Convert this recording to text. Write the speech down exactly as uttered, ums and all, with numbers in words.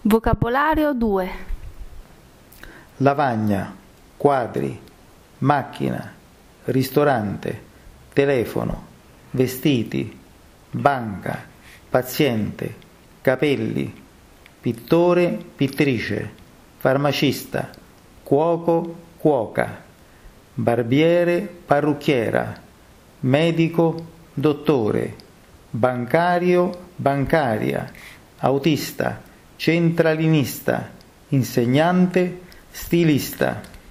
Vocabolario due. Lavagna, quadri, macchina, ristorante, telefono, vestiti, banca, paziente, capelli, pittore, pittrice, farmacista, cuoco, cuoca, barbiere, parrucchiera, medico, dottore, bancario, bancaria, autista, centralinista, insegnante, stilista.